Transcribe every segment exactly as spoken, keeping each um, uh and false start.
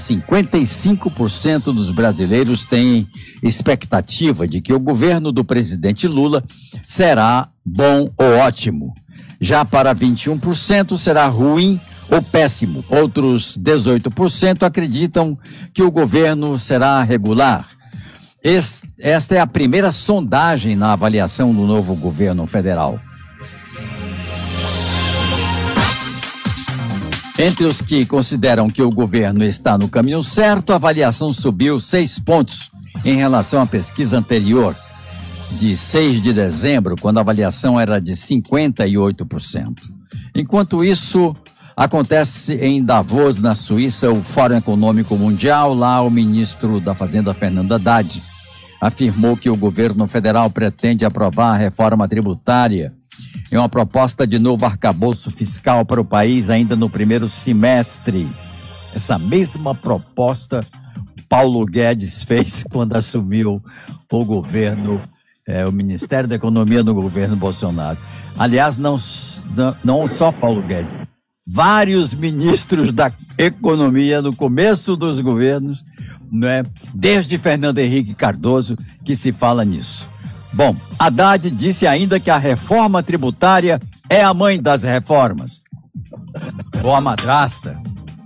cinquenta e cinco por cento dos brasileiros têm expectativa de que o governo do presidente Lula será bom ou ótimo. Já para vinte e um por cento será ruim ou péssimo. Outros dezoito por cento acreditam que o governo será regular. Este, esta é a primeira sondagem na avaliação do novo governo federal. Entre os que consideram que o governo está no caminho certo, a avaliação subiu seis pontos em relação à pesquisa anterior, de seis de dezembro, quando a avaliação era de cinquenta e oito por cento. Enquanto isso, acontece em Davos, na Suíça, o Fórum Econômico Mundial. Lá, o ministro da Fazenda, Fernando Haddad, afirmou que o governo federal pretende aprovar a reforma tributária em uma proposta de novo arcabouço fiscal para o país ainda no primeiro semestre. Essa mesma proposta Paulo Guedes fez quando assumiu o governo, é, o Ministério da Economia no governo Bolsonaro. Aliás, não, não, não só Paulo Guedes, vários ministros da Economia no começo dos governos, né, desde Fernando Henrique Cardoso, que se fala nisso. Bom, Haddad disse ainda que a reforma tributária é a mãe das reformas, ou a madrasta.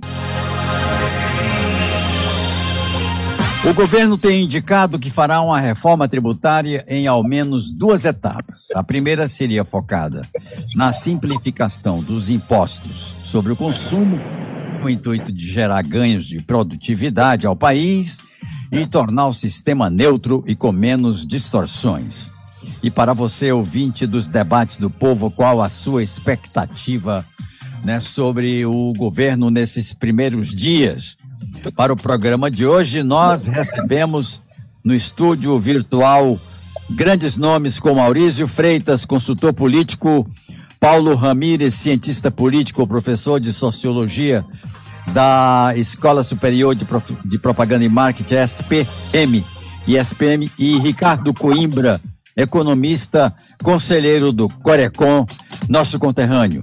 O governo tem indicado que fará uma reforma tributária em ao menos duas etapas. A primeira seria focada na simplificação dos impostos sobre o consumo, com o intuito de gerar ganhos de produtividade ao país e tornar o sistema neutro e com menos distorções. E para você, ouvinte dos debates do povo, qual a sua expectativa, né, sobre o governo nesses primeiros dias? Para o programa de hoje, nós recebemos no estúdio virtual grandes nomes como Maurício Freitas, consultor político, Paulo Ramírez, cientista político, professor de sociologia da Escola Superior de, Prof... de Propaganda e Marketing, S P M, e S P M, e Ricardo Coimbra, economista, conselheiro do Corecon, nosso conterrâneo.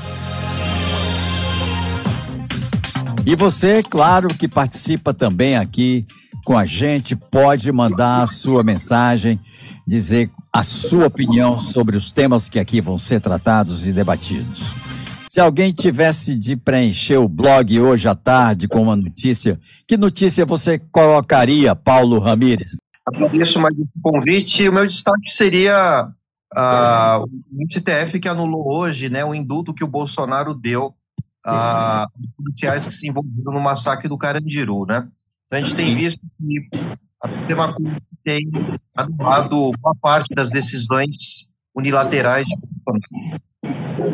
E você, claro, que participa também aqui com a gente, pode mandar a sua mensagem, dizer a sua opinião sobre os temas que aqui vão ser tratados e debatidos. Se alguém tivesse de preencher o blog hoje à tarde com uma notícia, que notícia você colocaria, Paulo Ramírez? Agradeço mais esse convite. O meu destaque seria uh, o S T F que anulou hoje, né, o indulto que o Bolsonaro deu a uh, policiais que se envolveram no massacre do Carandiru, né? Então a gente tem visto que a Suprema Corte tem anulado boa parte das decisões unilaterais de Bolsonaro.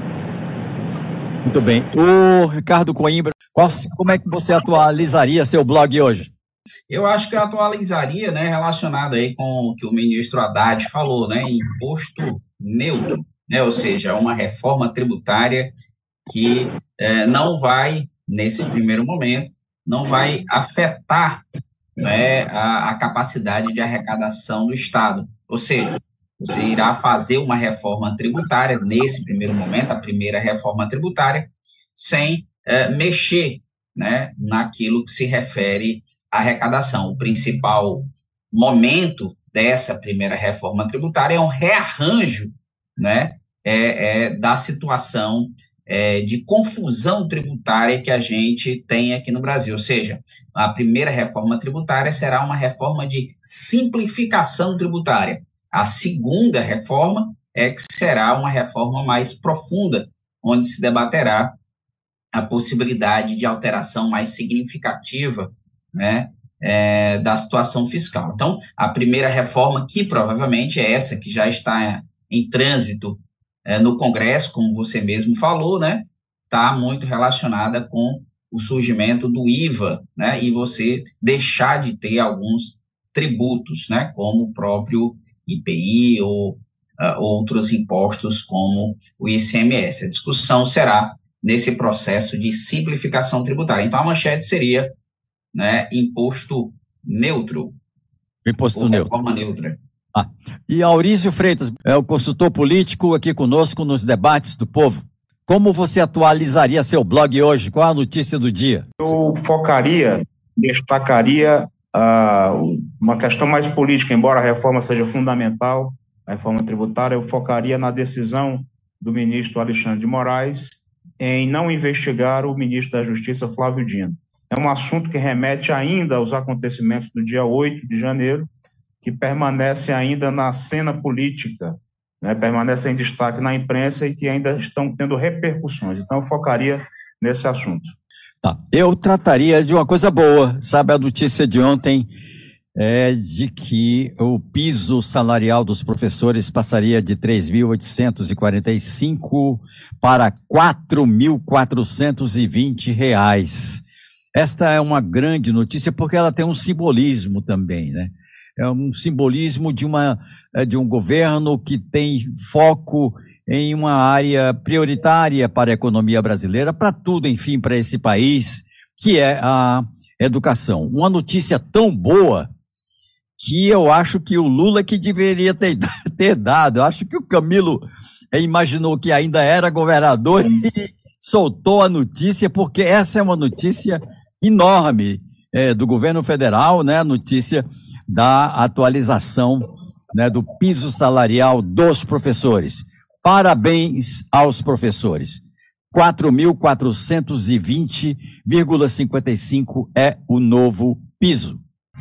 Muito bem. O Ricardo Coimbra, qual, como é que você atualizaria seu blog hoje? Eu acho que eu atualizaria, né, relacionado aí com o que o ministro Haddad falou, né, imposto neutro, né, ou seja, uma reforma tributária que eh, não vai, nesse primeiro momento, não vai afetar, né, a, a capacidade de arrecadação do Estado. Ou seja, você irá fazer uma reforma tributária, nesse primeiro momento, a primeira reforma tributária, sem eh, mexer, né, naquilo que se refere à arrecadação. O principal momento dessa primeira reforma tributária é um rearranjo, né, é, é, da situação é, de confusão tributária que a gente tem aqui no Brasil. Ou seja, a primeira reforma tributária será uma reforma de simplificação tributária. A segunda reforma é que será uma reforma mais profunda, onde se debaterá a possibilidade de alteração mais significativa, né, é, da situação fiscal. Então, a primeira reforma, que provavelmente é essa que já está em trânsito é, no Congresso, como você mesmo falou, né, está muito relacionada com o surgimento do I V A, né, e você deixar de ter alguns tributos, né, como o próprio I P I ou uh, outros impostos como o I C M S. A discussão será nesse processo de simplificação tributária. Então, a manchete seria, né, imposto neutro. Imposto neutro. Reforma neutra. Ah, e Maurício Freitas, é o consultor político aqui conosco nos debates do povo. Como você atualizaria seu blog hoje? Qual a notícia do dia? Eu focaria destacaria uh, uma questão mais política, embora a reforma seja fundamental, a reforma tributária, eu focaria na decisão do ministro Alexandre de Moraes em não investigar o ministro da Justiça, Flávio Dino. É um assunto que remete ainda aos acontecimentos do dia oito de janeiro, que permanece ainda na cena política, né, permanece em destaque na imprensa e que ainda estão tendo repercussões. Então, eu focaria nesse assunto. Tá. Eu trataria de uma coisa boa, sabe, a notícia de ontem é de que o piso salarial dos professores passaria de três mil oitocentos e quarenta e cinco para quatro mil quatrocentos e vinte reais. Esta é uma grande notícia porque ela tem um simbolismo também, né? É um simbolismo de, uma, de um governo que tem foco em uma área prioritária para a economia brasileira, para tudo, enfim, para esse país, que é a educação. Uma notícia tão boa que eu acho que o Lula que deveria ter, ter dado. Eu acho que o Camilo imaginou que ainda era governador e soltou a notícia, porque essa é uma notícia enorme é, do governo federal, né? A notícia da atualização, né, do piso salarial dos professores. Parabéns aos professores. quatro mil quatrocentos e vinte vírgula cinquenta e cinco é o novo piso.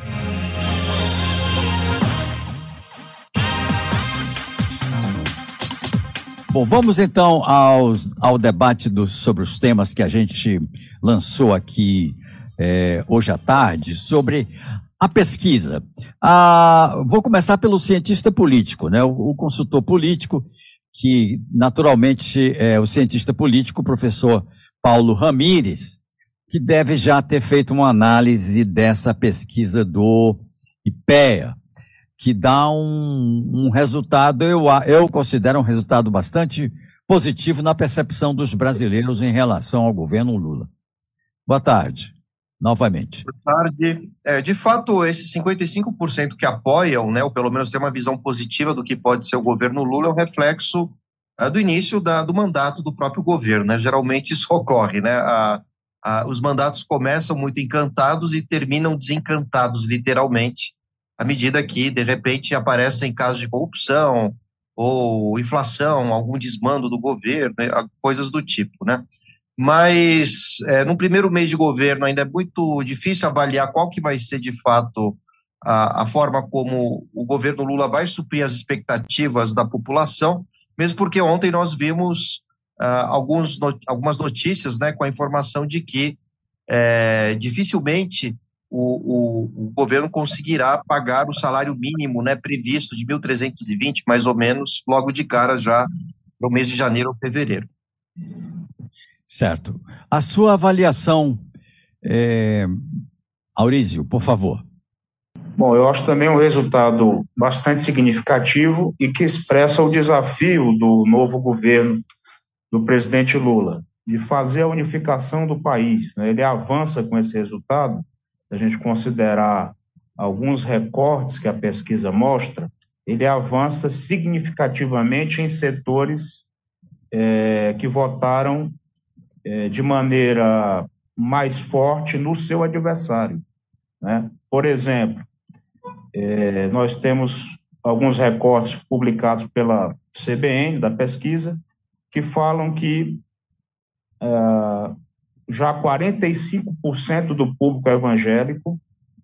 Bom, vamos então aos, ao debate do, sobre os temas que a gente lançou aqui é, hoje à tarde, sobre a pesquisa. Ah, vou começar pelo cientista político, né, o, o consultor político, que naturalmente é o cientista político, o professor Paulo Ramires, que deve já ter feito uma análise dessa pesquisa do IPEA, que dá um, um resultado, eu, eu considero um resultado bastante positivo na percepção dos brasileiros em relação ao governo Lula. Boa tarde, novamente. Boa tarde. É, de fato, esses cinquenta e cinco por cento que apoiam, né, ou pelo menos têm uma visão positiva do que pode ser o governo Lula, é um reflexo é, do início da, do mandato do próprio governo, né? Geralmente isso ocorre, né? A, a, os mandatos começam muito encantados e terminam desencantados, literalmente, à medida que, de repente, aparecem casos de corrupção ou inflação, algum desmando do governo, coisas do tipo, né? Mas, é, no primeiro mês de governo, ainda é muito difícil avaliar qual que vai ser, de fato, a, a forma como o governo Lula vai suprir as expectativas da população, mesmo porque ontem nós vimos uh, alguns, algumas notícias, né, com a informação de que é, dificilmente O, o, o governo conseguirá pagar o salário mínimo, né, previsto de mil trezentos e vinte, mais ou menos, logo de cara já no mês de janeiro ou fevereiro. Certo. A sua avaliação, é... Aurísio, por favor. Bom, eu acho também um resultado bastante significativo e que expressa o desafio do novo governo do presidente Lula de fazer a unificação do país, né? Ele avança com esse resultado. Se a gente considerar alguns recortes que a pesquisa mostra, ele avança significativamente em setores é, que votaram é, de maneira mais forte no seu adversário, né? Por exemplo, é, nós temos alguns recortes publicados pela C B N, da pesquisa, que falam que é, já quarenta e cinco por cento do público evangélico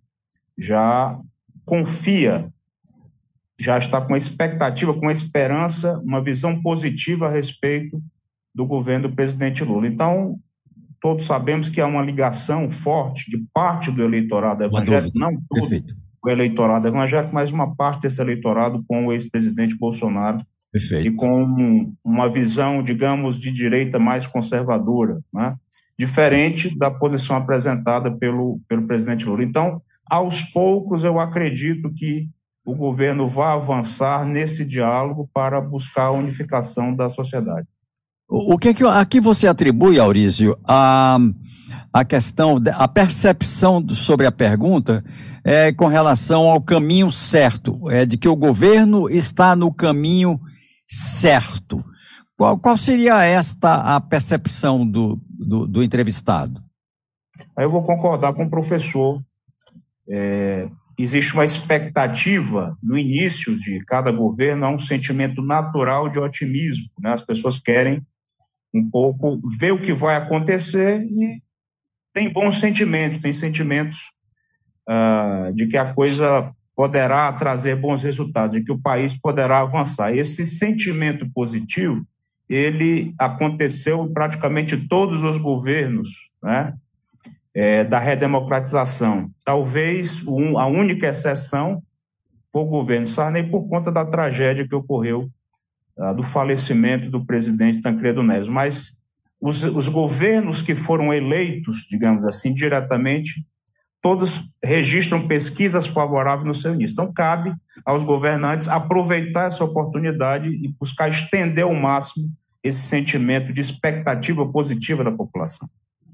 já confia, já está com expectativa, com esperança, uma visão positiva a respeito do governo do presidente Lula. Então, todos sabemos que há uma ligação forte de parte do eleitorado evangélico, não todo Perfeito. o eleitorado evangélico, mas uma parte desse eleitorado com o ex-presidente Bolsonaro. Perfeito. E com uma visão, digamos, de direita mais conservadora, né? Diferente da posição apresentada pelo, pelo presidente Lula. Então, aos poucos, eu acredito que o governo vai avançar nesse diálogo para buscar a unificação da sociedade. O que é que a que você atribui, Aurísio, a, a questão, a percepção sobre a pergunta é, com relação ao caminho certo, é de que o governo está no caminho certo? Qual, qual seria esta a percepção do, do, do entrevistado? Aí eu vou concordar com o professor. É, existe uma expectativa no início de cada governo, há um sentimento natural de otimismo, né? As pessoas querem um pouco ver o que vai acontecer e tem bons sentimentos, tem sentimentos uh, de que a coisa poderá trazer bons resultados, de que o país poderá avançar. Esse sentimento positivo, ele aconteceu em praticamente todos os governos, né? É, da redemocratização. Talvez um, a única exceção foi o governo Sarney por conta da tragédia que ocorreu, uh, do falecimento do presidente Tancredo Neves. Mas os, os governos que foram eleitos, digamos assim, diretamente, todos registram pesquisas favoráveis no seu início. Então, cabe aos governantes aproveitar essa oportunidade e buscar estender ao máximo esse sentimento de expectativa positiva da população.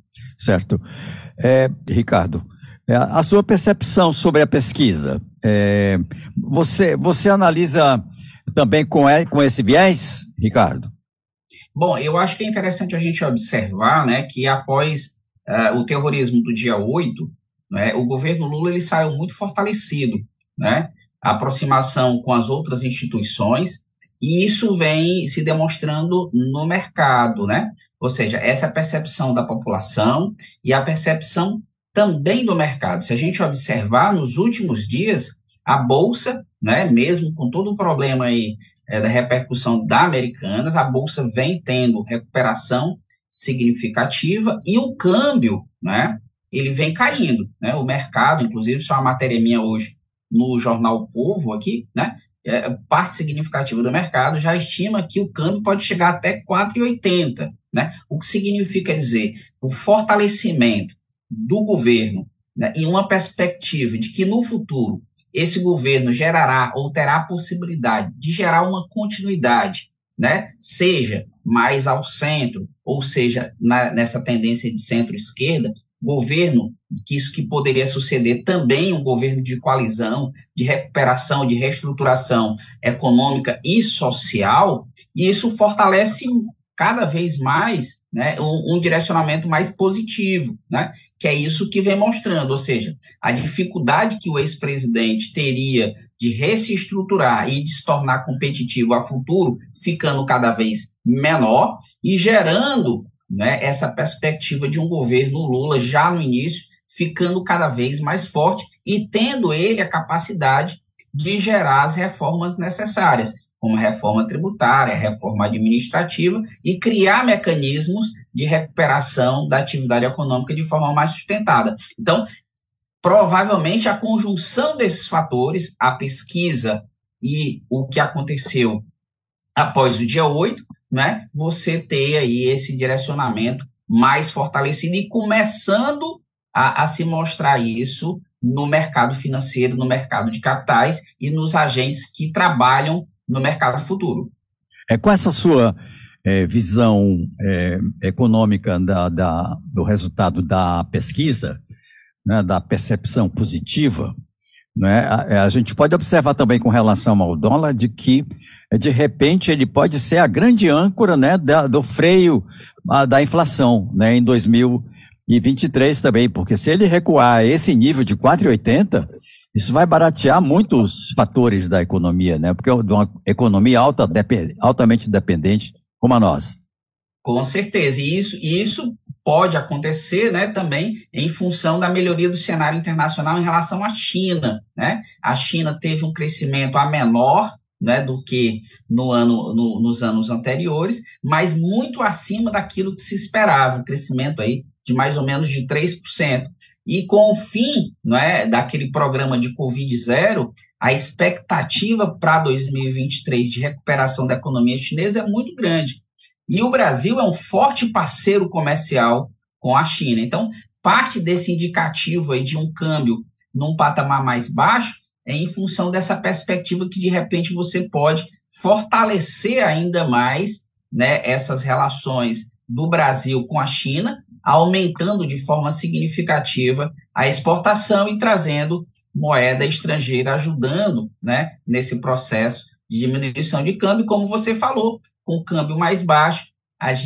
Certo. É, Ricardo, a sua percepção sobre a pesquisa, é, você, você analisa também com, com esse viés, Ricardo? Bom, eu acho que é interessante a gente observar, né, que após uh, o terrorismo do dia oito, né, o governo Lula ele saiu muito fortalecido, né, a aproximação com as outras instituições, e isso vem se demonstrando no mercado, né? Ou seja, essa percepção da população e a percepção também do mercado. Se a gente observar, nos últimos dias, a Bolsa, né, mesmo com todo o problema aí, é, da repercussão da Americanas, a Bolsa vem tendo recuperação significativa e o câmbio, né, ele vem caindo, né? O mercado, inclusive, isso é uma matéria minha hoje no jornal O Povo aqui, né? É, parte significativa do mercado já estima que o câmbio pode chegar até quatro reais e oitenta centavos, né? O que significa dizer o fortalecimento do governo, né, em uma perspectiva de que no futuro esse governo gerará ou terá a possibilidade de gerar uma continuidade, né, seja mais ao centro, ou seja, na, nessa tendência de centro-esquerda, governo, que isso que poderia suceder também um governo de coalizão, de recuperação, de reestruturação econômica e social, e isso fortalece cada vez mais, né, um, um direcionamento mais positivo, né, que é isso que vem mostrando, ou seja, a dificuldade que o ex-presidente teria de reestruturar e de se tornar competitivo a futuro, ficando cada vez menor e gerando, né, essa perspectiva de um governo Lula já no início, ficando cada vez mais forte e tendo ele a capacidade de gerar as reformas necessárias, como a reforma tributária, a reforma administrativa e criar mecanismos de recuperação da atividade econômica de forma mais sustentada. Então, provavelmente a conjunção desses fatores, a pesquisa e o que aconteceu após o dia oito, né, você ter aí esse direcionamento mais fortalecido e começando a, a se mostrar isso no mercado financeiro, no mercado de capitais e nos agentes que trabalham no mercado futuro. É, com essa sua é, visão é, econômica da, da, do resultado da pesquisa, né, da percepção positiva, né, a, a gente pode observar também com relação ao dólar de que, de repente, ele pode ser a grande âncora, né, da, do freio a, da inflação, né, em dois mil e vinte e três também, porque se ele recuar a esse nível de quatro reais e oitenta centavos, isso vai baratear muitos fatores da economia, né? Porque é uma economia alta, altamente dependente como a nossa. Com certeza, e isso, e isso pode acontecer, né, também em função da melhoria do cenário internacional em relação à China, né? A China teve um crescimento a menor, né, do que no ano, no, nos anos anteriores, mas muito acima daquilo que se esperava, um crescimento aí de mais ou menos de três por cento. E com o fim, né, daquele programa de Covid zero, a expectativa para dois mil e vinte e três de recuperação da economia chinesa é muito grande. E o Brasil é um forte parceiro comercial com a China. Então, parte desse indicativo aí de um câmbio num patamar mais baixo é em função dessa perspectiva que, de repente, você pode fortalecer ainda mais, né, essas relações do Brasil com a China, aumentando de forma significativa a exportação e trazendo moeda estrangeira, ajudando, né, nesse processo de diminuição de câmbio. Como você falou, com o câmbio mais baixo, a gente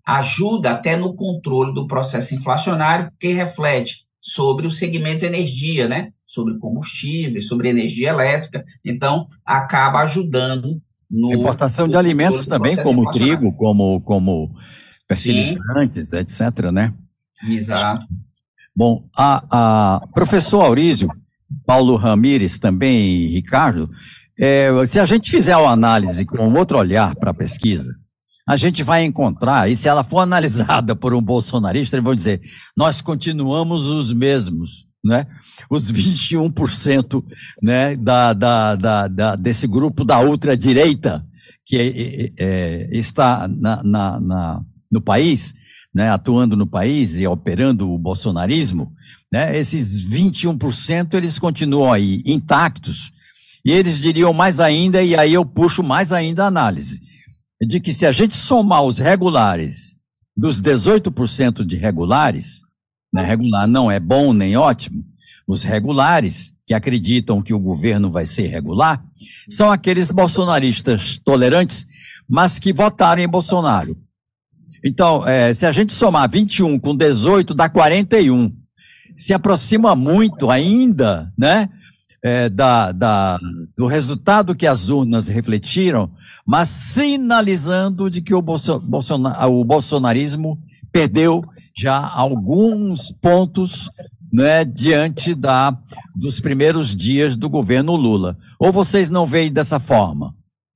ajuda até no controle do processo inflacionário, porque reflete sobre o segmento energia, né? Sobre combustíveis, sobre energia elétrica, então acaba ajudando no... A importação de alimentos também, como trigo, como, como fertilizantes, etcétera, né? Exato. Bom, a, a professor Aurísio, Paulo Ramires também, Ricardo, é, se a gente fizer uma análise com outro olhar para a pesquisa, a gente vai encontrar, e se ela for analisada por um bolsonarista, eles vão dizer, nós continuamos os mesmos, né? Os vinte e um por cento, né, da, da, da, da, desse grupo da ultradireita que é, é, está na, na, na, no país, né, atuando no país e operando o bolsonarismo, né, esses vinte e um por cento eles continuam aí intactos, e eles diriam mais ainda, e aí eu puxo mais ainda a análise, de que se a gente somar os regulares dos dezoito por cento de regulares, né, regular não é bom nem ótimo, os regulares, que acreditam que o governo vai ser regular, são aqueles bolsonaristas tolerantes, mas que votaram em Bolsonaro. Então, é, se a gente somar vinte e um com dezoito, dá quarenta e um. Se aproxima muito ainda, né, é, da, da, do resultado que as urnas refletiram, mas sinalizando de que o, Bolso, Bolsona, o bolsonarismo perdeu já alguns pontos, né, diante da, dos primeiros dias do governo Lula. Ou vocês não veem dessa forma?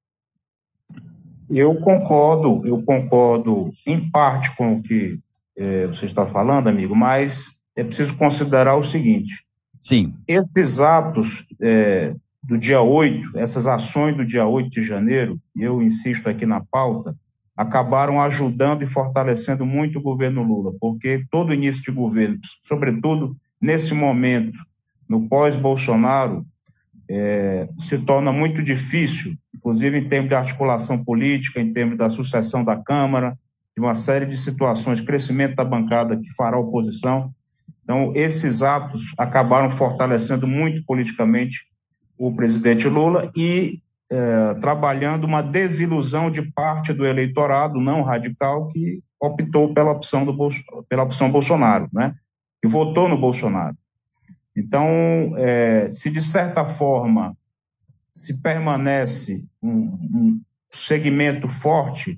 Eu concordo, eu concordo em parte com o que é, você está falando, amigo, mas é preciso considerar o seguinte. Sim. Esses atos é, do dia oito, essas ações do dia oito de janeiro, e eu insisto aqui na pauta, acabaram ajudando e fortalecendo muito o governo Lula, porque todo início de governo, sobretudo nesse momento, no pós-Bolsonaro, é, se torna muito difícil, inclusive em termos de articulação política, em termos da sucessão da Câmara, de uma série de situações, crescimento da bancada que fará oposição. Então, esses atos acabaram fortalecendo muito politicamente o presidente Lula e é, trabalhando uma desilusão de parte do eleitorado não radical que optou pela opção, do Bolso, pela opção Bolsonaro, né? Que votou no Bolsonaro. Então, é, se de certa forma se permanece um, um segmento forte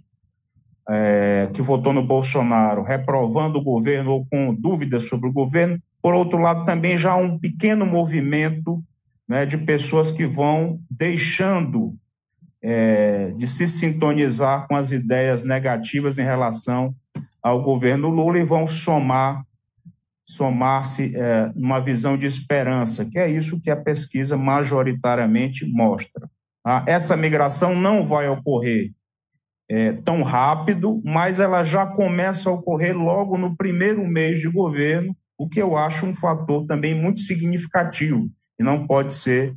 é, que votou no Bolsonaro, reprovando o governo ou com dúvidas sobre o governo, por outro lado, também já há um pequeno movimento, né, de pessoas que vão deixando é, de se sintonizar com as ideias negativas em relação ao governo Lula e vão somar somar-se é, numa visão de esperança, que é isso que a pesquisa majoritariamente mostra. Ah, essa migração não vai ocorrer é, tão rápido, mas ela já começa a ocorrer logo no primeiro mês de governo, o que eu acho um fator também muito significativo e não pode ser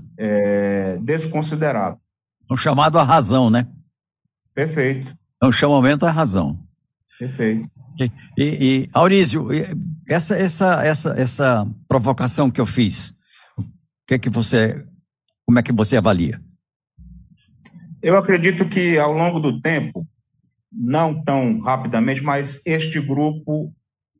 é, desconsiderado. É um chamado à razão, né? Perfeito. É um chamamento à razão. Perfeito. E, e Aurísio, essa, essa, essa, essa provocação que eu fiz, o que é que você, como é que você avalia? Eu acredito que ao longo do tempo, não tão rapidamente, mas este grupo,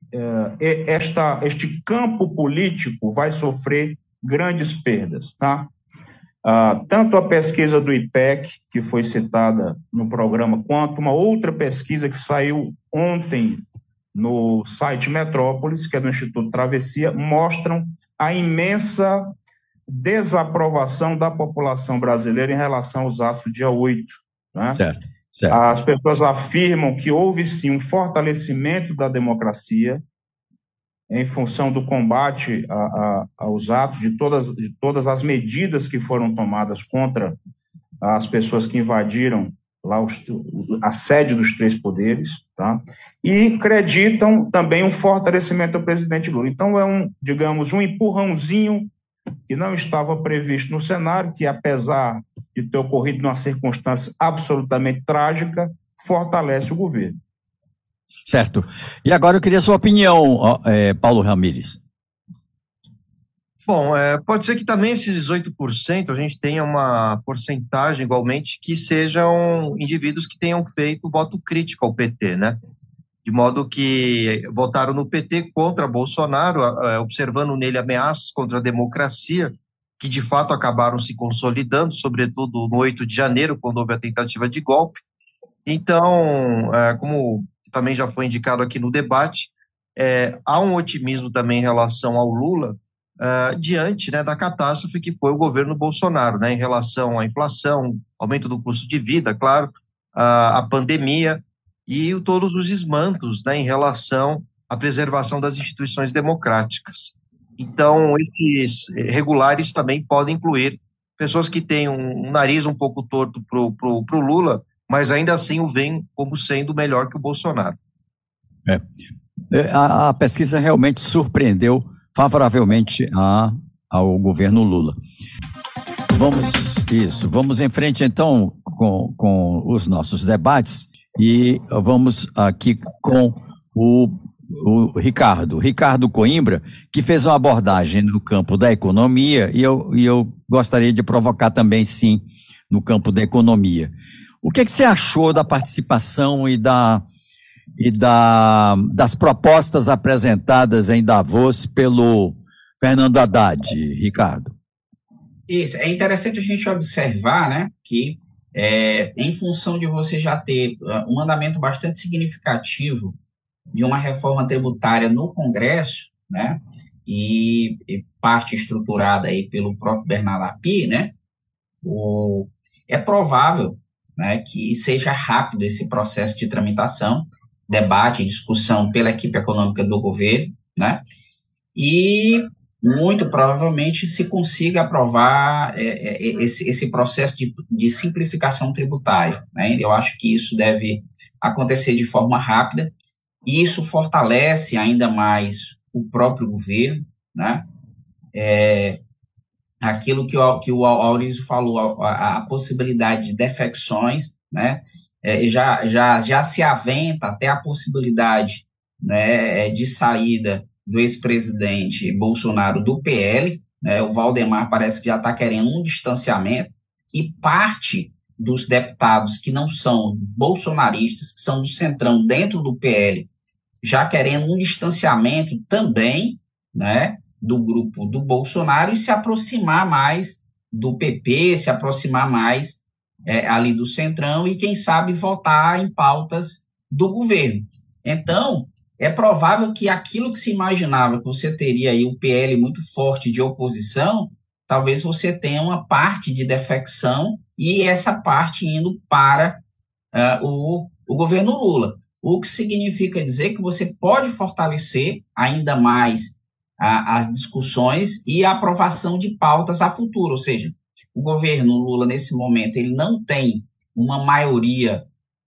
esta, este campo político vai sofrer grandes perdas, tá? Ah, tanto a pesquisa do I P E C, que foi citada no programa, quanto uma outra pesquisa que saiu ontem no site Metrópolis, que é do Instituto Travessia, mostram a imensa desaprovação da população brasileira em relação aos atos do dia oito. Né? Certo, certo. As pessoas afirmam que houve sim um fortalecimento da democracia em função do combate a, a, aos atos, de todas, de todas as medidas que foram tomadas contra as pessoas que invadiram lá os, a sede dos três poderes, tá? E acreditam também um fortalecimento do presidente Lula. Então é um, digamos, um empurrãozinho que não estava previsto no cenário, que apesar de ter ocorrido numa circunstância absolutamente trágica, fortalece o governo. Certo. E agora eu queria a sua opinião, é, Paulo Ramires. Bom, é, pode ser que também esses dezoito por cento a gente tenha uma porcentagem igualmente que sejam indivíduos que tenham feito voto crítico ao P T, né? de modo que votaram no P T contra Bolsonaro, observando nele ameaças contra a democracia, que de fato acabaram se consolidando, sobretudo no oito de janeiro, quando houve a tentativa de golpe. Então, como também já foi indicado aqui no debate, é, há um otimismo também em relação ao Lula, uh, diante, né, da catástrofe que foi o governo Bolsonaro, né, em relação à inflação, aumento do custo de vida, claro, uh, a pandemia e o, todos os esmantos, né, em relação à preservação das instituições democráticas. Então, esses regulares também podem incluir pessoas que têm um nariz um pouco torto para o Lula, mas ainda assim o veem como sendo melhor que o Bolsonaro. É. A, a pesquisa realmente surpreendeu favoravelmente a, ao governo Lula. Vamos, isso, vamos em frente então com, com os nossos debates e vamos aqui com o, o Ricardo, Ricardo Coimbra, que fez uma abordagem no campo da economia e eu, e eu gostaria de provocar também, sim, no campo da economia. O que, é que você achou da participação e da e da, das propostas apresentadas em Davos pelo Fernando Haddad, Ricardo? Isso, é interessante a gente observar, né, que é, em função de você já ter um andamento bastante significativo de uma reforma tributária no Congresso, né, e, e parte estruturada aí pelo próprio Bernardo Api, né, o, é provável, né, que seja rápido esse processo de tramitação, debate e discussão pela equipe econômica do governo, né? E muito provavelmente se consiga aprovar é, é, esse, esse processo de, de simplificação tributária, né? Eu acho que isso deve acontecer de forma rápida e isso fortalece ainda mais o próprio governo, né? É, aquilo que o, que o Aurizo falou, a, a possibilidade de defecções, né? É, já, já, já se aventa até a possibilidade, né, de saída do ex-presidente Bolsonaro do P L, né, o Valdemar parece que já está querendo um distanciamento, e parte dos deputados que não são bolsonaristas, que são do centrão dentro do P L, já querendo um distanciamento também, né, do grupo do Bolsonaro e se aproximar mais do P P, se aproximar mais É, ali do Centrão e, quem sabe, votar em pautas do governo. Então, é provável que aquilo que se imaginava que você teria aí o P L muito forte de oposição, talvez você tenha uma parte de defecção e essa parte indo para uh, o, o governo Lula. O que significa dizer que você pode fortalecer ainda mais uh, as discussões e a aprovação de pautas a futuro, ou seja, o governo Lula, nesse momento, ele não tem uma maioria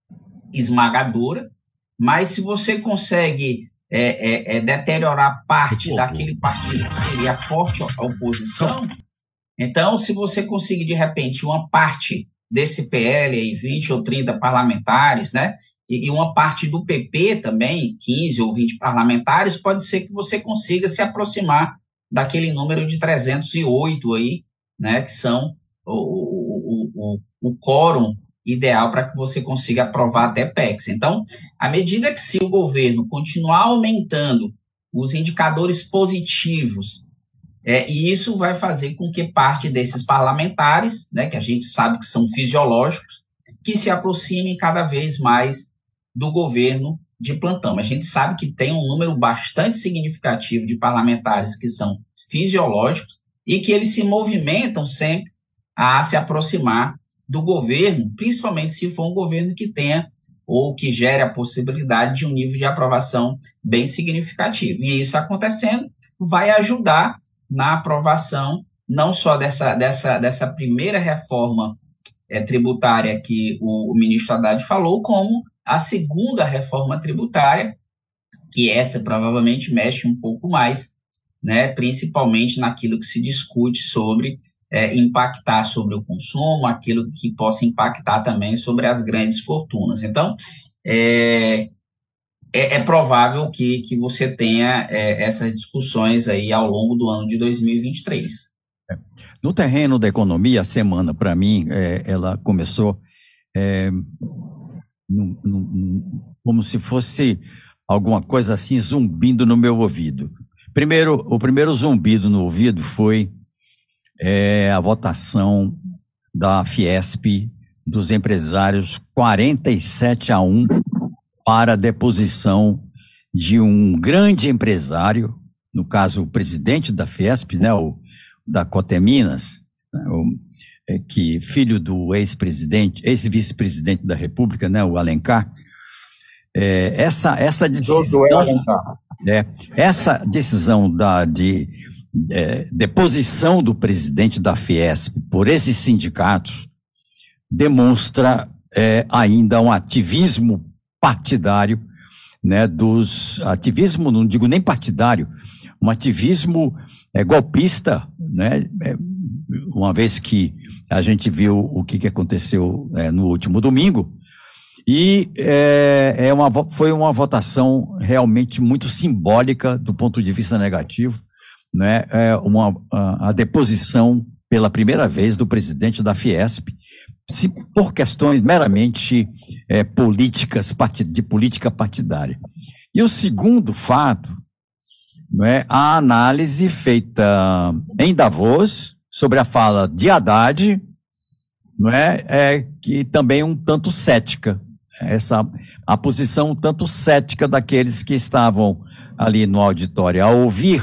esmagadora, mas se você consegue é, é, é, deteriorar parte daquele partido que seria a forte oposição, então, se você conseguir, de repente, uma parte desse P L, aí, vinte ou trinta parlamentares, né, e, e uma parte do P P também, quinze ou vinte parlamentares, pode ser que você consiga se aproximar daquele número de trezentos e oito aí, né, que são o, o, o, o quórum ideal para que você consiga aprovar até P E Cs. Então, à medida que se o governo continuar aumentando os indicadores positivos, é, e isso vai fazer com que parte desses parlamentares, né, que a gente sabe que são fisiológicos, que se aproximem cada vez mais do governo de plantão. A gente sabe que tem um número bastante significativo de parlamentares que são fisiológicos e que eles se movimentam sempre a se aproximar do governo, principalmente se for um governo que tenha ou que gere a possibilidade de um nível de aprovação bem significativo. E isso acontecendo vai ajudar na aprovação não só dessa, dessa, dessa primeira reforma é, tributária que o, o ministro Haddad falou, como a segunda reforma tributária, que essa provavelmente mexe um pouco mais, né, principalmente naquilo que se discute sobre é, impactar sobre o consumo, aquilo que possa impactar também sobre as grandes fortunas. Então, é, é, é provável que, que você tenha é, essas discussões aí ao longo do ano de dois mil e vinte e três. No terreno da economia, a semana, para mim, é, ela começou é, num, num, como se fosse alguma coisa assim zumbindo no meu ouvido. Primeiro, o primeiro zumbido no ouvido foi é, a votação da Fiesp dos empresários quarenta e sete a um para a deposição de um grande empresário, no caso o presidente da Fiesp, né, o, da Coteminas, né, o, é, que filho do ex-presidente, ex-vice-presidente da República, né, o Alencar. É, essa, essa decisão, é, essa decisão da, de é, deposição do presidente da Fiesp por esses sindicatos demonstra é, ainda um ativismo partidário, né, dos ativismo, não digo nem partidário, um ativismo é, golpista, né, é, uma vez que a gente viu o que, que aconteceu é, no último domingo. E é, é uma, foi uma votação realmente muito simbólica do ponto de vista negativo, né? É uma, a, a deposição pela primeira vez do presidente da Fiesp, se, por questões meramente é, políticas, de política partidária. E o segundo fato, né, a análise feita em Davos sobre a fala de Haddad, não é, é que também um tanto cética. Essa, a posição um tanto cética daqueles que estavam ali no auditório a ouvir,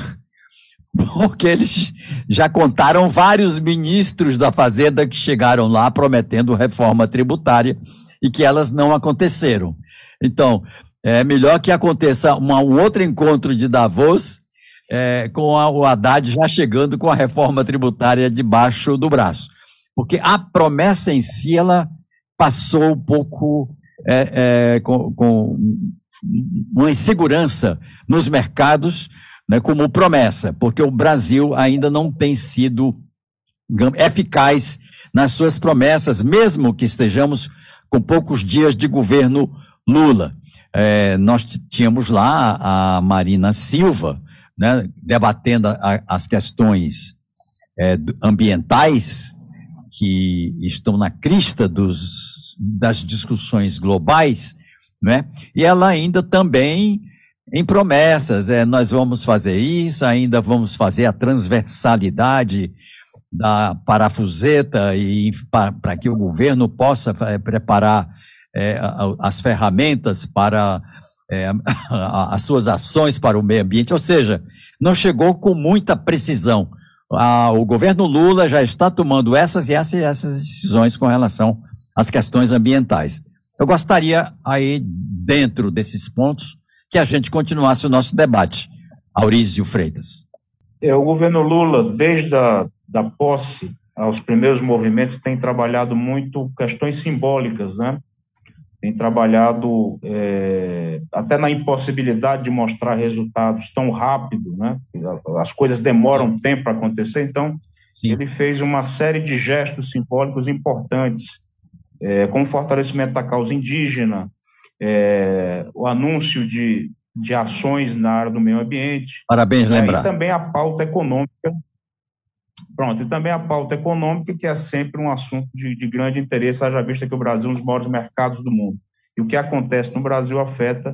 porque eles já contaram vários ministros da Fazenda que chegaram lá prometendo reforma tributária e que elas não aconteceram. Então, é melhor que aconteça uma, um outro encontro de Davos é, com a, o Haddad já chegando com a reforma tributária debaixo do braço. Porque a promessa em si, ela passou um pouco... É, é, com, com uma insegurança nos mercados, né, como promessa, porque o Brasil ainda não tem sido eficaz nas suas promessas, mesmo que estejamos com poucos dias de governo Lula. É, nós tínhamos lá a Marina Silva, né, debatendo a, as questões é, ambientais que estão na crista dos das discussões globais, né? E ela ainda também em promessas, é, nós vamos fazer isso, ainda vamos fazer a transversalidade da parafuseta e para que o governo possa é, preparar é, as ferramentas para é, as suas ações para o meio ambiente, ou seja, não chegou com muita precisão. Ah, o governo Lula já está tomando essas e essas, essas decisões com relação as questões ambientais. Eu gostaria aí, dentro desses pontos, que a gente continuasse o nosso debate. Aurísio Freitas. É, o governo Lula, desde a da posse aos primeiros movimentos, tem trabalhado muito questões simbólicas, né? Tem trabalhado é, até na impossibilidade de mostrar resultados tão rápido, né? As coisas demoram tempo para acontecer, então Sim. ele fez uma série de gestos simbólicos importantes, É, com o fortalecimento da causa indígena, é, o anúncio de, de ações na área do meio ambiente. Parabéns, é, lembrar. E também a pauta econômica. Pronto, e também a pauta econômica, que é sempre um assunto de, de grande interesse, haja vista que o Brasil é um dos maiores mercados do mundo. E o que acontece no Brasil afeta,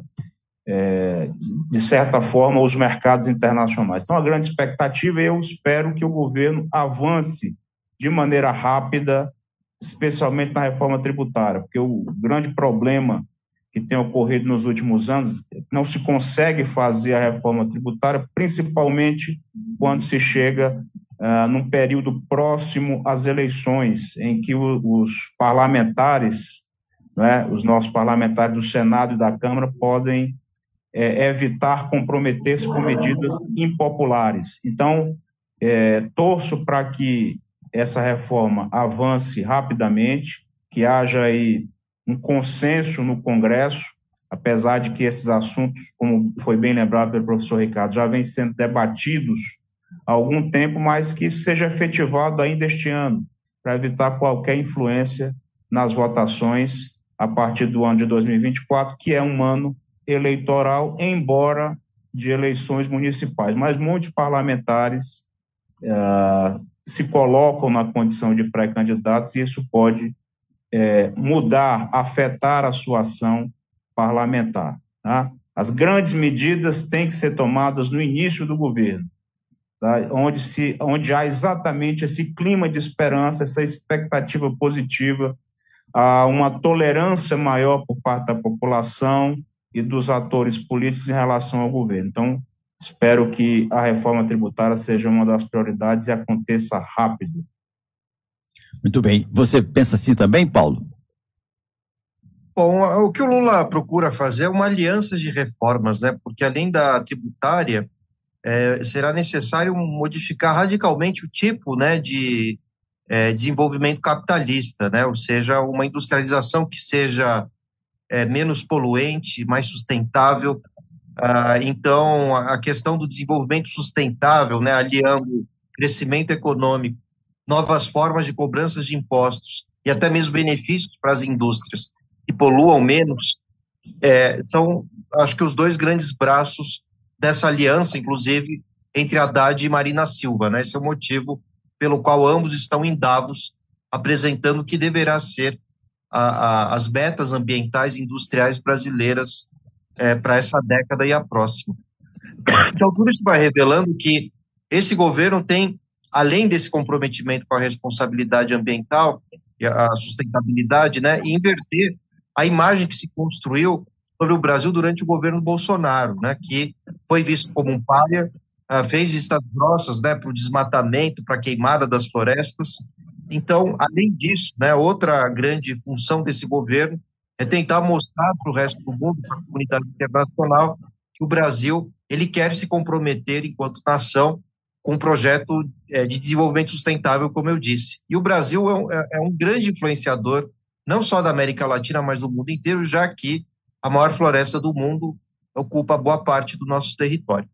é, de certa forma, os mercados internacionais. Então, a grande expectativa, eu espero que o governo avance de maneira rápida, especialmente na reforma tributária, porque o grande problema que tem ocorrido nos últimos anos é que não se consegue fazer a reforma tributária, principalmente quando se chega uh, num período próximo às eleições, em que o, os parlamentares, né, os nossos parlamentares do Senado e da Câmara podem é, evitar comprometer-se com medidas impopulares. Então, é, torço para que essa reforma avance rapidamente, que haja aí um consenso no Congresso, apesar de que esses assuntos, como foi bem lembrado pelo professor Ricardo, já vêm sendo debatidos há algum tempo, mas que isso seja efetivado ainda este ano, para evitar qualquer influência nas votações a partir do ano de dois mil e vinte e quatro, que é um ano eleitoral, embora de eleições municipais. Mas muitos parlamentares uh, se colocam na condição de pré-candidatos e isso pode é, mudar, afetar a sua ação parlamentar. Tá? As grandes medidas têm que ser tomadas no início do governo, tá? onde, se, onde há exatamente esse clima de esperança, essa expectativa positiva, há uma tolerância maior por parte da população e dos atores políticos em relação ao governo. Então, espero que a reforma tributária seja uma das prioridades e aconteça rápido. Muito bem. Você pensa assim também, Paulo? Bom, o que o Lula procura fazer é uma aliança de reformas, né? Porque além da tributária, é, será necessário modificar radicalmente o tipo, né, de é, desenvolvimento capitalista, né? Ou seja, uma industrialização que seja é, menos poluente, mais sustentável. Ah, então, a questão do desenvolvimento sustentável, né, aliando crescimento econômico, novas formas de cobranças de impostos e até mesmo benefícios para as indústrias que poluam menos, é, são, acho que, os dois grandes braços dessa aliança, inclusive, entre Haddad e Marina Silva, né? Esse é o motivo pelo qual ambos estão em Davos, apresentando o que deverá ser a, a, as metas ambientais e industriais brasileiras é, para essa década e a próxima. Então, tudo isso vai revelando que esse governo tem, além desse comprometimento com a responsabilidade ambiental e a sustentabilidade, né, e inverter a imagem que se construiu sobre o Brasil durante o governo Bolsonaro, né, que foi visto como um pária, uh, fez vistas grossas, né, para o desmatamento, para a queimada das florestas. Então, além disso, né, outra grande função desse governo é tentar mostrar para o resto do mundo, para a comunidade internacional, que o Brasil ele quer se comprometer enquanto nação com um projeto é, de desenvolvimento sustentável, como eu disse. E o Brasil é um, é um grande influenciador, não só da América Latina, mas do mundo inteiro, já que a maior floresta do mundo ocupa boa parte do nosso território.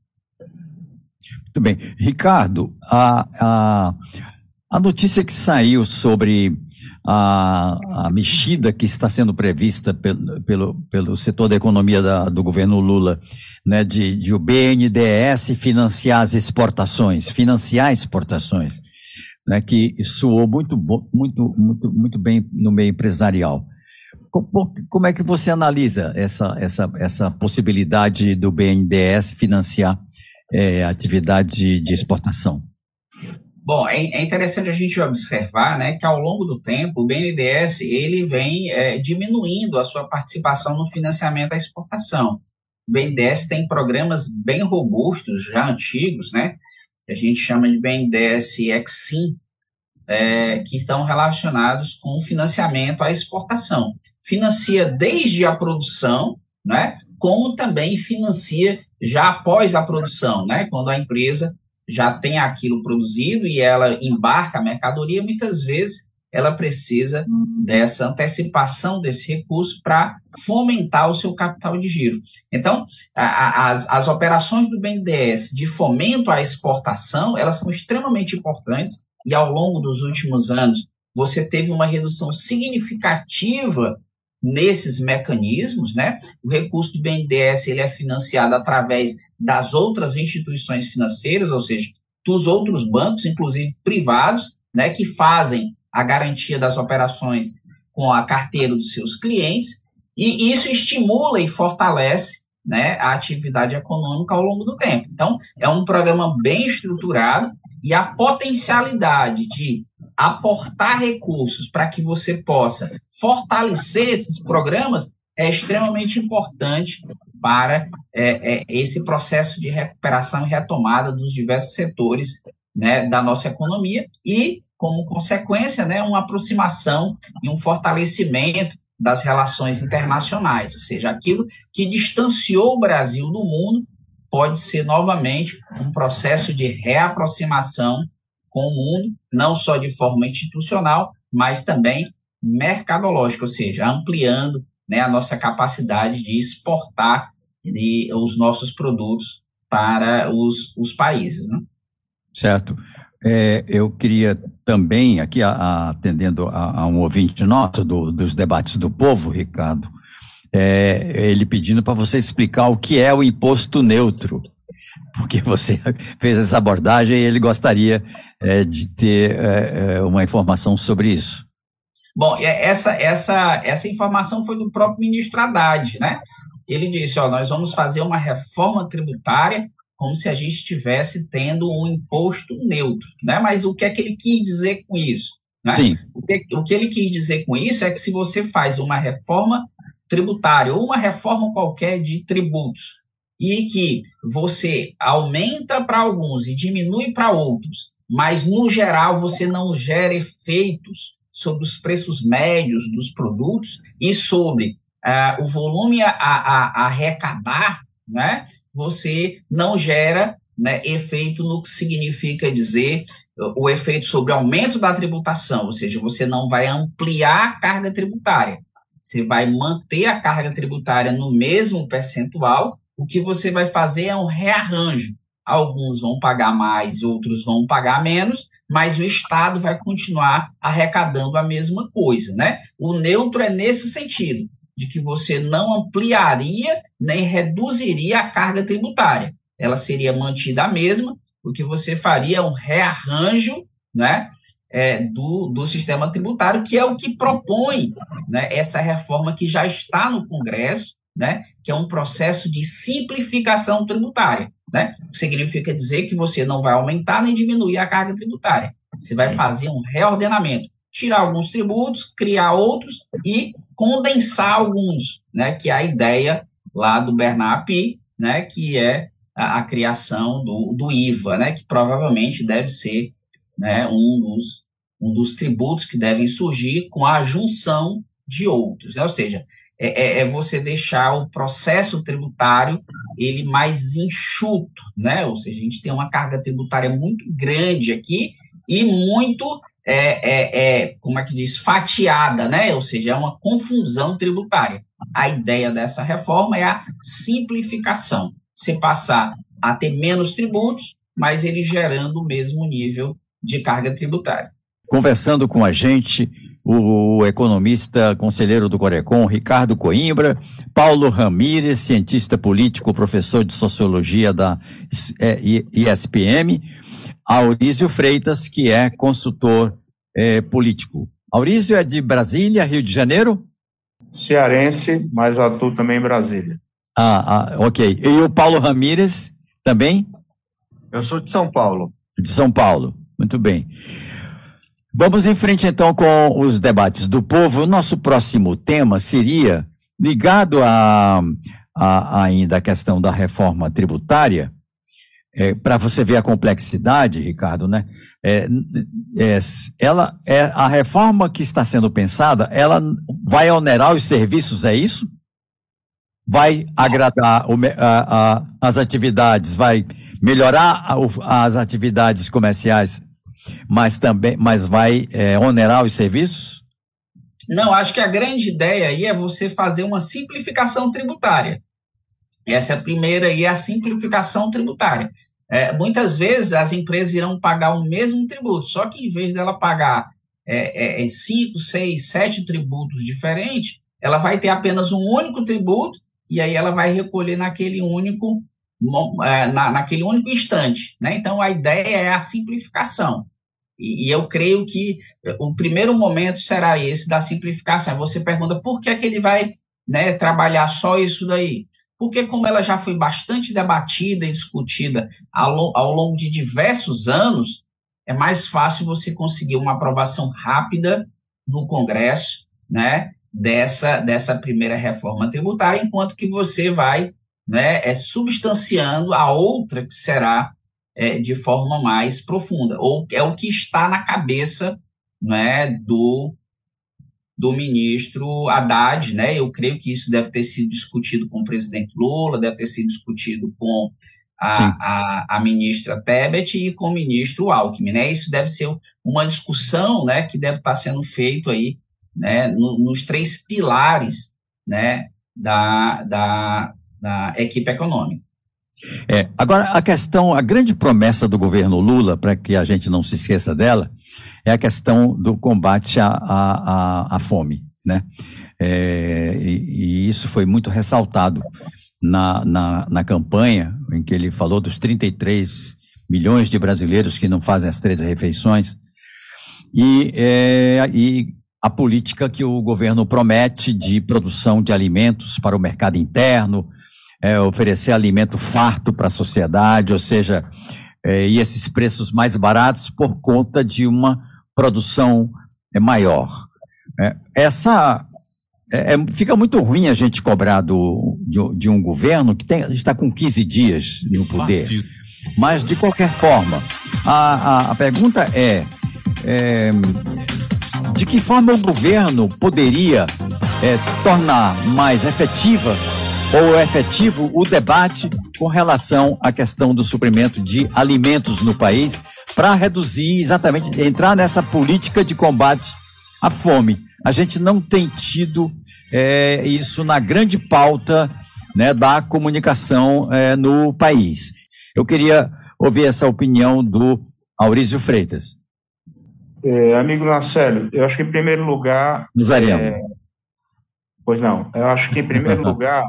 Muito bem. Ricardo, a, a, a notícia que saiu sobre a, a mexida que está sendo prevista pelo, pelo, pelo setor da economia da, do governo Lula, né, de, de o B N D E S financiar as exportações, financiar exportações, né, que soou muito, muito, muito, muito bem no meio empresarial. Como, como é que você analisa essa, essa, essa possibilidade do B N D E S financiar é, a atividade de exportação? Bom, é, é interessante a gente observar, né, que ao longo do tempo o B N D E S ele vem é, diminuindo a sua participação no financiamento da exportação. O B N D E S tem programas bem robustos, já antigos, né, que a gente chama de B N D E S Exim, é, que estão relacionados com o financiamento à exportação. Financia desde a produção, né, como também financia já após a produção, né, quando a empresa já tem aquilo produzido e ela embarca a mercadoria, muitas vezes ela precisa dessa antecipação desse recurso para fomentar o seu capital de giro. Então, a, a, as, as operações do B N D E S de fomento à exportação, elas são extremamente importantes e ao longo dos últimos anos você teve uma redução significativa nesses mecanismos, né? O recurso do B N D E S ele é financiado através das outras instituições financeiras, ou seja, dos outros bancos, inclusive privados, né, que fazem a garantia das operações com a carteira dos seus clientes, e isso estimula e fortalece, né, a atividade econômica ao longo do tempo. Então, é um programa bem estruturado e a potencialidade de aportar recursos para que você possa fortalecer esses programas é extremamente importante para é, é, esse processo de recuperação e retomada dos diversos setores, né, da nossa economia e, como consequência, né, uma aproximação e um fortalecimento das relações internacionais, ou seja, aquilo que distanciou o Brasil do mundo pode ser novamente um processo de reaproximação com o mundo, não só de forma institucional, mas também mercadológica, ou seja, ampliando, né, a nossa capacidade de exportar de, os nossos produtos para os, os países, né? Certo. É, eu queria também, aqui a, a, atendendo a, a um ouvinte nosso do, dos debates do povo, Ricardo, é, ele pedindo para você explicar o que é o imposto neutro, porque você fez essa abordagem e ele gostaria é, de ter é, uma informação sobre isso. Bom, essa, essa, essa informação foi do próprio ministro Haddad, né? Ele disse, ó, nós vamos fazer uma reforma tributária como se a gente estivesse tendo um imposto neutro, né? Mas o que é que ele quis dizer com isso? Né? Sim. O que, o que ele quis dizer com isso é que se você faz uma reforma tributária ou uma reforma qualquer de tributos e que você aumenta para alguns e diminui para outros, mas no geral você não gera efeitos sobre os preços médios dos produtos e sobre uh, o volume a, a, a arrecadar, né? Você não gera, né, efeito no que significa dizer o efeito sobre o aumento da tributação, ou seja, você não vai ampliar a carga tributária, você vai manter a carga tributária no mesmo percentual, o que você vai fazer é um rearranjo. Alguns vão pagar mais, outros vão pagar menos, mas o Estado vai continuar arrecadando a mesma coisa, né? O neutro é nesse sentido, de que você não ampliaria nem reduziria a carga tributária. Ela seria mantida a mesma, o que você faria é um rearranjo, né, é, do, do sistema tributário, que é o que propõe, né, essa reforma que já está no Congresso, né, que é um processo de simplificação tributária, né? Significa dizer que você não vai aumentar nem diminuir a carga tributária. Você vai fazer um reordenamento, tirar alguns tributos, criar outros e condensar alguns, né, que é a ideia lá do Bernard Api, né, que é a, a criação do, do I V A, né, que provavelmente deve ser, né, um, dos, um dos tributos que devem surgir com a junção de outros, né? Ou seja, é, é você deixar o processo tributário ele mais enxuto, né? Ou seja, a gente tem uma carga tributária muito grande aqui e muito, é, é, é, como é que diz, fatiada, né? Ou seja, é uma confusão tributária. A ideia dessa reforma é a simplificação, você passar a ter menos tributos, mas ele gerando o mesmo nível de carga tributária. Conversando com a gente, o economista, conselheiro do Corecon, Ricardo Coimbra, Paulo Ramírez, cientista político, professor de sociologia da I S P M, Aurísio Freitas, que é consultor é, político. Aurísio é de Brasília, Rio de Janeiro? Cearense, mas atua também em Brasília. Ah, ah, ok. E o Paulo Ramírez também? Eu sou de São Paulo. De São Paulo, muito bem. Vamos em frente, então, com os debates do povo. O nosso próximo tema seria ligado a, a, ainda à questão da reforma tributária. É, para você ver a complexidade, Ricardo, né? É, é, ela, é, a reforma que está sendo pensada, ela vai onerar os serviços, é isso? Vai agradar o, a, a, as atividades, vai melhorar a, as atividades comerciais, mas também, mas vai é, onerar os serviços? Não, acho que a grande ideia aí é você fazer uma simplificação tributária. Essa é a primeira e é a simplificação tributária. É, muitas vezes as empresas irão pagar o mesmo tributo, só que em vez dela pagar é, é, cinco, seis, sete tributos diferentes, ela vai ter apenas um único tributo e aí ela vai recolher naquele único, na, naquele único instante, né? Então, a ideia é a simplificação. E, e eu creio que o primeiro momento será esse da simplificação. Você pergunta por que é que ele vai, né, trabalhar só isso daí? Porque como ela já foi bastante debatida e discutida ao, ao longo de diversos anos, é mais fácil você conseguir uma aprovação rápida no Congresso, né, dessa, dessa primeira reforma tributária, enquanto que você vai, né, é, substanciando a outra que será é, de forma mais profunda, ou é o que está na cabeça, né, do, do ministro Haddad, né? Eu creio que isso deve ter sido discutido com o presidente Lula, deve ter sido discutido com a, a, a ministra Tebet e com o ministro Alckmin, né? Isso deve ser uma discussão, né, que deve estar sendo feito aí, né, no, nos três pilares, né, da, da, da equipe econômica. É, agora, a questão, a grande promessa do governo Lula, para que a gente não se esqueça dela, é a questão do combate à, à, à fome, né? É, e, e isso foi muito ressaltado na, na, na campanha, em que ele falou dos trinta e três milhões de brasileiros que não fazem as três refeições. E, é, e a política que o governo promete de produção de alimentos para o mercado interno, é, oferecer alimento farto para a sociedade, ou seja, é, e esses preços mais baratos por conta de uma produção é, maior. É, essa é, é, fica muito ruim a gente cobrar do, de, de um governo que tem, está com quinze dias no poder. Mas, de qualquer forma, a, a, a pergunta é, é de que forma o governo poderia é, tornar mais efetiva ou efetivo o debate com relação à questão do suprimento de alimentos no país para reduzir, exatamente, entrar nessa política de combate à fome. A gente não tem tido é, isso na grande pauta, né, da comunicação é, no país. Eu queria ouvir essa opinião do Aurísio Freitas. É, amigo Nacélio, eu acho que em primeiro lugar... É, pois não, eu acho que em primeiro lugar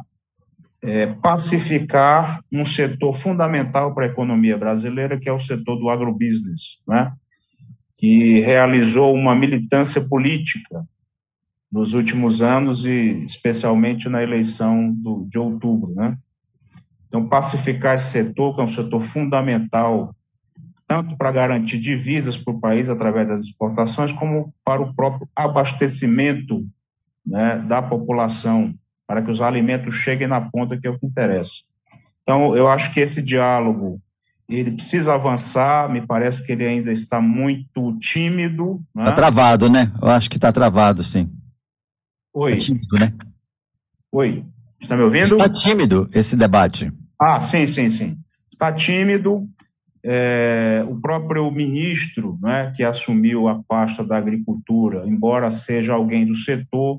é pacificar um setor fundamental para a economia brasileira, que é o setor do agrobusiness, né? Que realizou uma militância política nos últimos anos e especialmente na eleição do, de outubro, né? Então, pacificar esse setor, que é um setor fundamental, tanto para garantir divisas para o país através das exportações, como para o próprio abastecimento, né, da população, para que os alimentos cheguem na ponta, que é o que interessa. Então, eu acho que esse diálogo, ele precisa avançar, me parece que ele ainda está muito tímido. Está, né? Travado, né? Eu acho que está travado, sim. Oi. Está tímido, né? Oi, está me ouvindo? Está tímido esse debate. Ah, sim, sim, sim. Está tímido. É, o próprio ministro, né, que assumiu a pasta da agricultura, embora seja alguém do setor,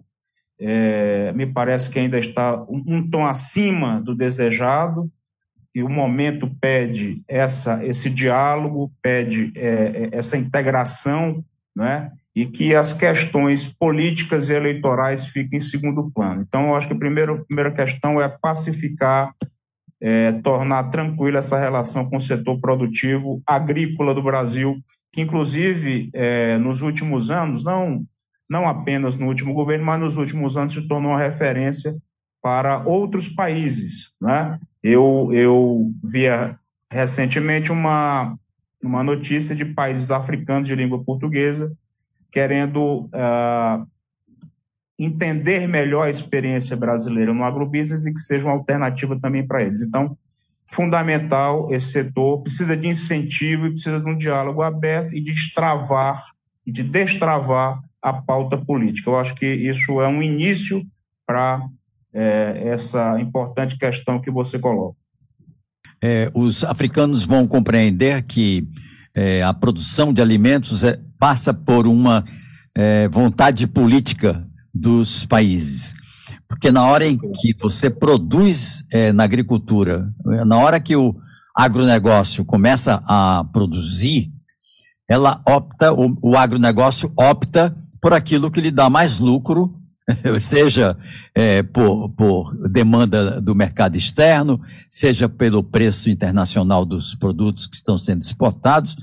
é, me parece que ainda está um, um tom acima do desejado, e o momento pede essa, esse diálogo, pede é, essa integração, né, e que as questões políticas e eleitorais fiquem em segundo plano. Então, eu acho que a primeira, a primeira questão é pacificar, É, tornar tranquila essa relação com o setor produtivo agrícola do Brasil, que inclusive é, nos últimos anos, não, não apenas no último governo, mas nos últimos anos se tornou uma referência para outros países, né? Eu, eu via recentemente uma, uma notícia de países africanos de língua portuguesa querendo uh, entender melhor a experiência brasileira no agrobusiness e que seja uma alternativa também para eles. Então, fundamental, esse setor precisa de incentivo e precisa de um diálogo aberto e de destravar e de destravar a pauta política. Eu acho que isso é um início para é, essa importante questão que você coloca. É, os africanos vão compreender que é, a produção de alimentos é, passa por uma é, vontade política dos países, porque na hora em que você produz é, na agricultura, na hora que o agronegócio começa a produzir, ela opta, o, o agronegócio opta por aquilo que lhe dá mais lucro, seja é, por, por demanda do mercado externo, seja pelo preço internacional dos produtos que estão sendo exportados.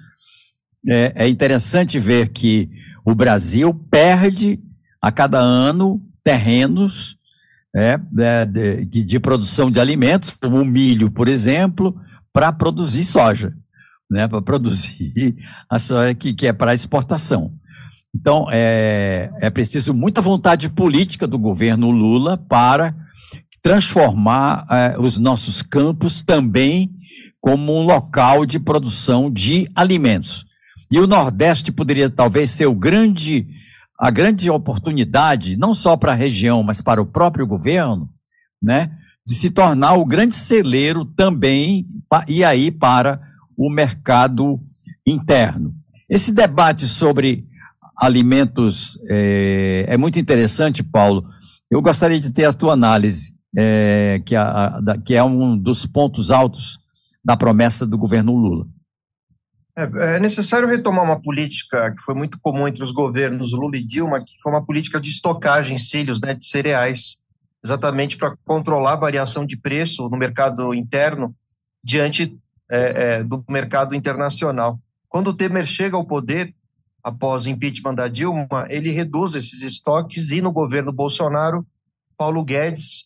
É, é interessante ver que o Brasil perde a cada ano terrenos é, de, de, de produção de alimentos, como o milho, por exemplo, para produzir soja, né, para produzir a soja que, que é para exportação. Então, é, é preciso muita vontade política do governo Lula para transformar é, os nossos campos também como um local de produção de alimentos. E o Nordeste poderia talvez ser o grande... a grande oportunidade, não só para a região, mas para o próprio governo, né, de se tornar o grande celeiro também, e aí para o mercado interno. Esse debate sobre alimentos é, é muito interessante, Paulo. Eu gostaria de ter a tua análise, é, que, a, a, que é um dos pontos altos da promessa do governo Lula. É, é necessário retomar uma política que foi muito comum entre os governos Lula e Dilma, que foi uma política de estocagem, cílios, né, de cereais, exatamente para controlar a variação de preço no mercado interno diante é, é, do mercado internacional. Quando o Temer chega ao poder, após o impeachment da Dilma, ele reduz esses estoques e no governo Bolsonaro, Paulo Guedes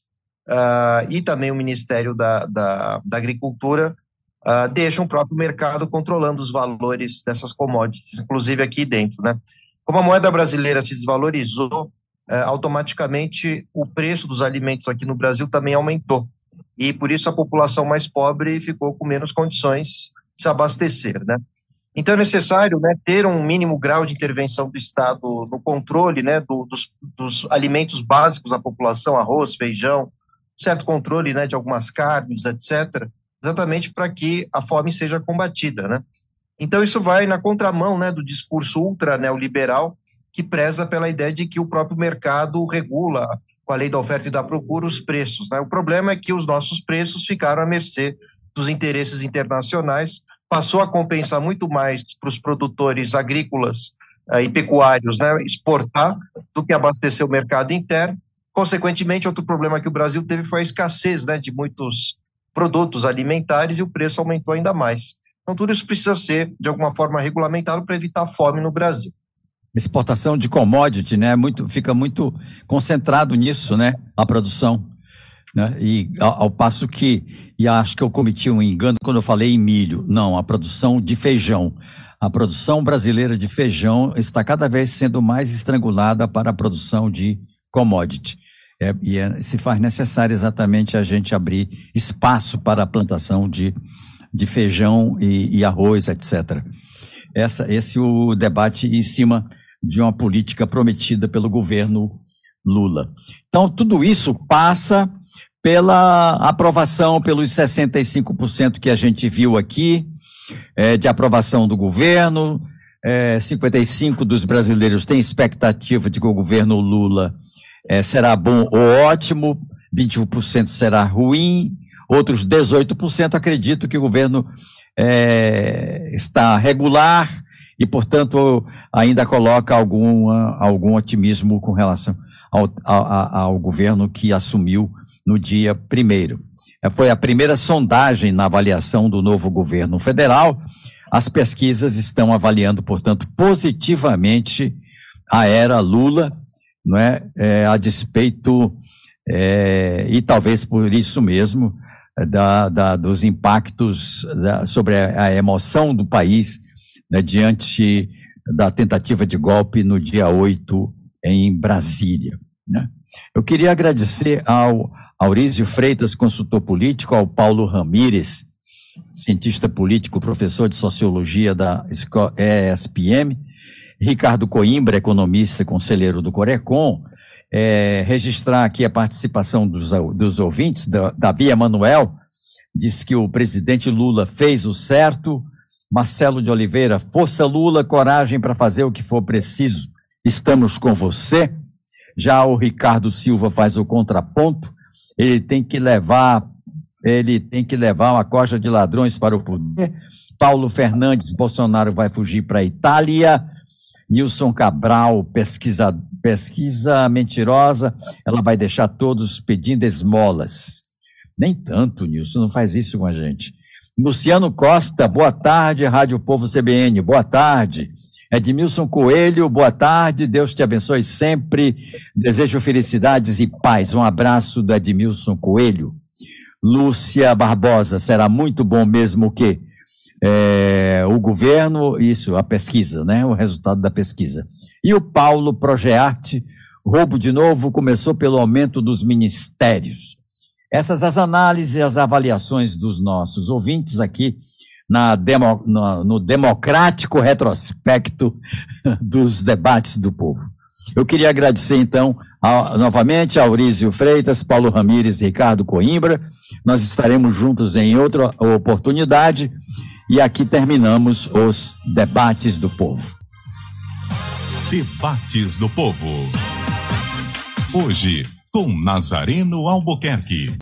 uh, e também o Ministério da, da, da Agricultura uh, deixam o próprio mercado controlando os valores dessas commodities, inclusive aqui dentro, né? Como a moeda brasileira se desvalorizou, uh, automaticamente o preço dos alimentos aqui no Brasil também aumentou. E por isso a população mais pobre ficou com menos condições de se abastecer, né? Então é necessário, né, ter um mínimo grau de intervenção do Estado no controle, né, do, dos, dos alimentos básicos da população, arroz, feijão, certo controle, né, de algumas carnes, etcétera, exatamente para que a fome seja combatida, né? Então isso vai na contramão, né, do discurso ultra neoliberal que preza pela ideia de que o próprio mercado regula com a lei da oferta e da procura os preços, né? O problema é que os nossos preços ficaram à mercê dos interesses internacionais, passou a compensar muito mais para os produtores agrícolas uh, e pecuários, né, exportar do que abastecer o mercado interno. Consequentemente, outro problema que o Brasil teve foi a escassez, né, de muitos produtos alimentares e o preço aumentou ainda mais. Então, tudo isso precisa ser, de alguma forma, regulamentado para evitar fome no Brasil. Exportação de commodity, né, muito, fica muito concentrado nisso, né, a produção. Né? E ao, ao passo que, e acho que eu cometi um engano quando eu falei em milho, não, a produção de feijão. A produção brasileira de feijão está cada vez sendo mais estrangulada para a produção de commodity. É, e é, se faz necessário exatamente a gente abrir espaço para a plantação de, de feijão e, e arroz, etcétera. Essa, esse é o debate em cima de uma política prometida pelo governo Lula. Então, tudo isso passa pela aprovação, pelos sessenta e cinco por cento que a gente viu aqui, é, de aprovação do governo, é, cinquenta e cinco por cento dos brasileiros têm expectativa de que o governo Lula é, será bom ou ótimo, vinte e um por cento será ruim, outros dezoito por cento acreditam que o governo é, está regular e, portanto, ainda coloca alguma, algum otimismo com relação ao, ao, ao governo que assumiu no dia primeiro. Foi a primeira sondagem na avaliação do novo governo federal. As pesquisas estão avaliando, portanto, positivamente a era Lula, não é? É, a despeito, é, e talvez por isso mesmo, da, da, dos impactos da, sobre a, a emoção do país, né, diante da tentativa de golpe no dia oito em Brasília, né? Eu queria agradecer ao Aurísio Freitas, consultor político, ao Paulo Ramírez, cientista político, professor de sociologia da E S P M, Ricardo Coimbra, economista, conselheiro do Corecon, é, registrar aqui a participação dos, dos ouvintes. Davi Emanuel diz que o presidente Lula fez o certo. Marcelo de Oliveira, força Lula, coragem para fazer o que for preciso, estamos com você. Já o Ricardo Silva faz o contraponto, ele tem que levar, ele tem que levar uma coja de ladrões para o poder. Paulo Fernandes, Bolsonaro vai fugir para a Itália. Nilson Cabral, pesquisa, pesquisa mentirosa, ela vai deixar todos pedindo esmolas. Nem tanto, Nilson, não faz isso com a gente. Luciano Costa, boa tarde, Rádio Povo C B N, boa tarde. Edmilson Coelho, boa tarde, Deus te abençoe sempre, desejo felicidades e paz. Um abraço do Edmilson Coelho. Lúcia Barbosa, será muito bom mesmo que é, o governo, isso, a pesquisa, né, o resultado da pesquisa. E o Paulo Progearte, roubo de novo, começou pelo aumento dos ministérios. Essas as análises e as avaliações dos nossos ouvintes aqui na demo, no, no democrático retrospecto dos debates do povo. Eu queria agradecer, então, a, novamente a Aurísio Freitas, Paulo Ramírez e Ricardo Coimbra. Nós estaremos juntos em outra oportunidade e aqui terminamos os debates do povo. Debates do Povo. Hoje, com Nazareno Albuquerque.